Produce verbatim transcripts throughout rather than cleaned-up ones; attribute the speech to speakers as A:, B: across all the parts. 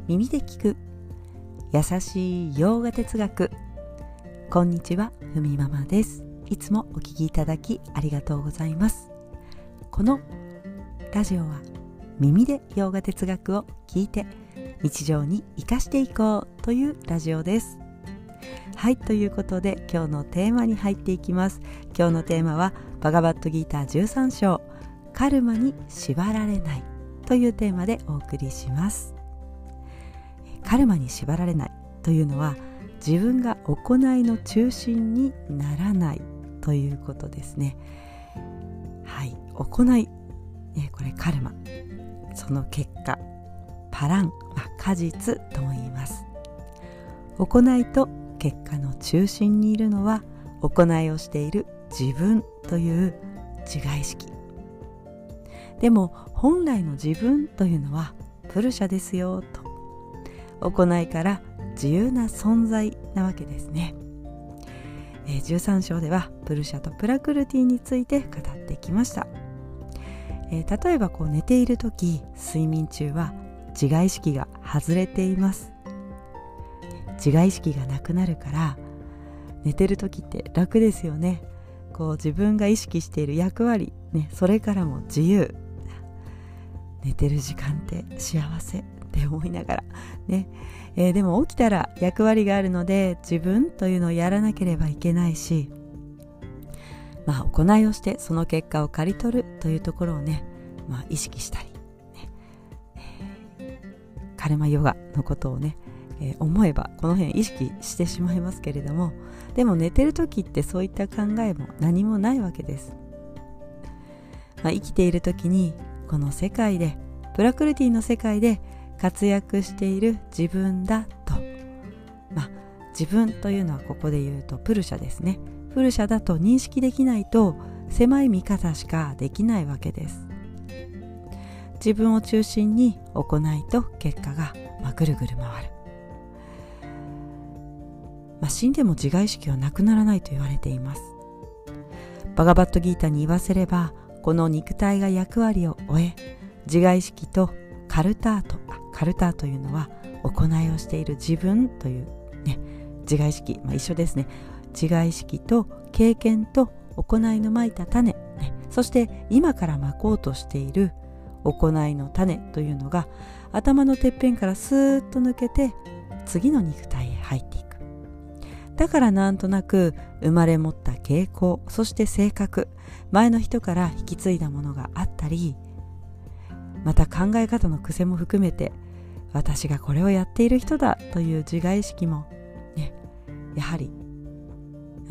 A: 耳で聞く優しい洋画哲学。こんにちは、ふみママです。いつもお聞きいただきありがとうございます。このラジオは耳で洋画哲学を聞いて日常に生かしていこうというラジオです。はい、ということで今日のテーマに入っていきます。今日のテーマはバガバットギーターじゅうさん章、カルマに縛られないというテーマでお送りします。カルマに縛られないというのは、自分が行いの中心にならないということですね。はい、行い、ね、これカルマ、その結果、パラン、まあ、果実とも言います。行いと結果の中心にいるのは、行いをしている自分という自我意識。でも本来の自分というのはプルシャですよと、行いから自由な存在なわけですね。えー、じゅうさん章ではプルシャとプラクルティについて語ってきました。えー、例えばこう寝ているとき、睡眠中は自我意識が外れています。自我意識がなくなるから寝てるときって楽ですよね。こう自分が意識している役割、ね、それからも自由。寝てる時間って幸せって思いながらね、えー、でも起きたら役割があるので、自分というのをやらなければいけないし、まあ行いをしてその結果を刈り取るというところをね、まあ、意識したり、ねえー、カルマヨガのことをね、えー、思えばこの辺意識してしまいますけれども、でも寝てる時ってそういった考えも何もないわけです。まあ、生きている時にこの世界で、プラクルティの世界で活躍している自分だと、まあ、自分というのはここで言うとプルシャですね。プルシャだと認識できないと狭い見方しかできないわけです。自分を中心に行いと結果が、まあ、ぐるぐる回る。まあ、死んでも自我意識はなくならないと言われています。バガバットギータに言わせれば、この肉体が役割を終え、自我意識とカルタート、カルターというのは行いをしている自分という、ね、自我意識、まあ、一緒ですね。自我意識と経験と行いのまいた種、ね、そして今からまこうとしている行いの種というのが、頭のてっぺんからスーッと抜けて次の肉体へ入っていく。だからなんとなく生まれ持った傾向、そして性格、前の人から引き継いだものがあったり、また考え方の癖も含めて、私がこれをやっている人だという自我意識もね、やはり、うん、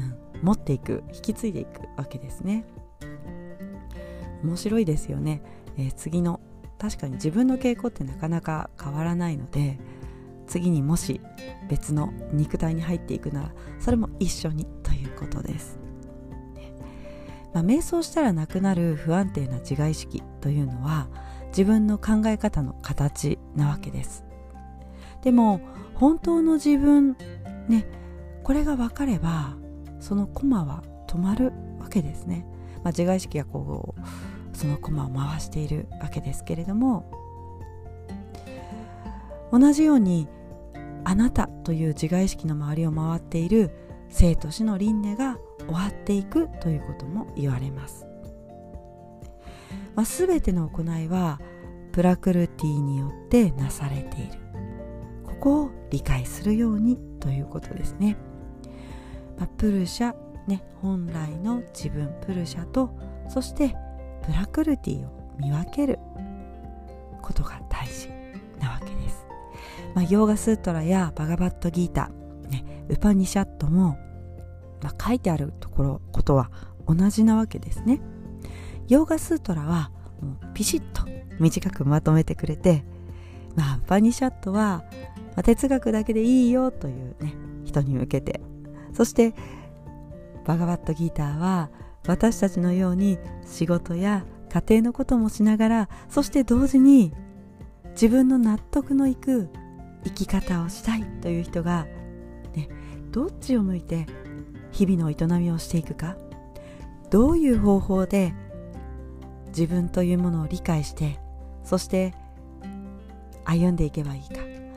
A: 持っていく、引き継いでいくわけですね。面白いですよね。えー、次の、確かに自分の傾向ってなかなか変わらないので、次にもし別の肉体に入っていくなら、それも一緒にということです。ね、まあ、瞑想したらなくなる不安定な自我意識というのは、自分の考え方の形なわけです。でも本当の自分ね、これが分かれば、そのコマは止まるわけですね。まあ、自我意識がこうそのコマを回しているわけですけれども、同じようにあなたという自我意識の周りを回っている生と死の輪廻が終わっていくということも言われます。まあ、全ての行いはプラクルティによってなされている。ここを理解するようにということですね。まあ、プルシャ、ね、本来の自分プルシャと、そしてプラクルティを見分けることが大事なわけです。まあ、ヨーガスートラやバガバットギータ、ね、ウパニシャットも、まあ、書いてあるところことは同じなわけですね。ヨーガスートラはもうピシッと短くまとめてくれて、まあ、ウパニシャットは、まあ、哲学だけでいいよというね、人に向けて、そしてバガバットギーターは私たちのように仕事や家庭のこともしながら、そして同時に自分の納得のいく生き方をしたいという人が、ね、どっちを向いて日々の営みをしていくか、どういう方法で自分というものを理解して、そして歩んでいけばいいか、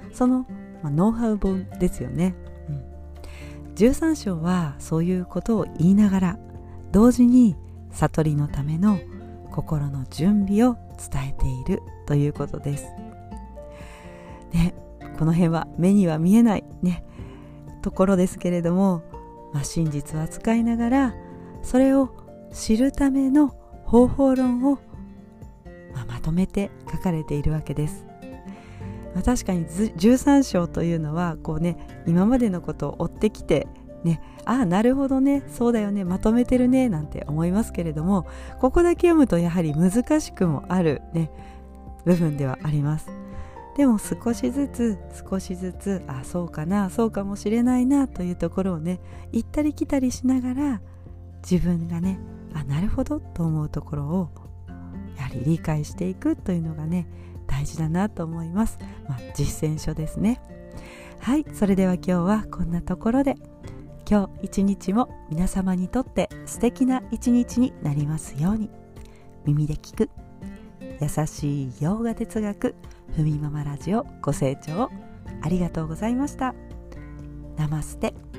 A: その、まあ、ノウハウ本ですよね、うん、じゅうさん章はそういうことを言いながら同時に悟りのための心の準備を伝えているということです、ね、この辺は目には見えない、ね、ところですけれども、まあ、真実は使いながらそれを知るための方法論を、まあ、まとめて書かれているわけです。まあ、確かにじゅうさん章というのはこう、ね、今までのことを追ってきて、ね、ああなるほどね、そうだよね、まとめてるねなんて思いますけれども、ここだけ読むとやはり難しくもある、ね、部分ではあります。でも少しずつ少しずつ、あそうかなそうかもしれないなというところをね行ったり来たりしながら、自分がねあなるほどと思うところをやはり理解していくというのがね大事だなと思います。まあ、実践書ですね。はい、それでは今日はこんなところで、今日一日も皆様にとって素敵な一日になりますように。耳で聞く優しいヨーガ哲学ふみママラジオご清聴ありがとうございました。ナマステ。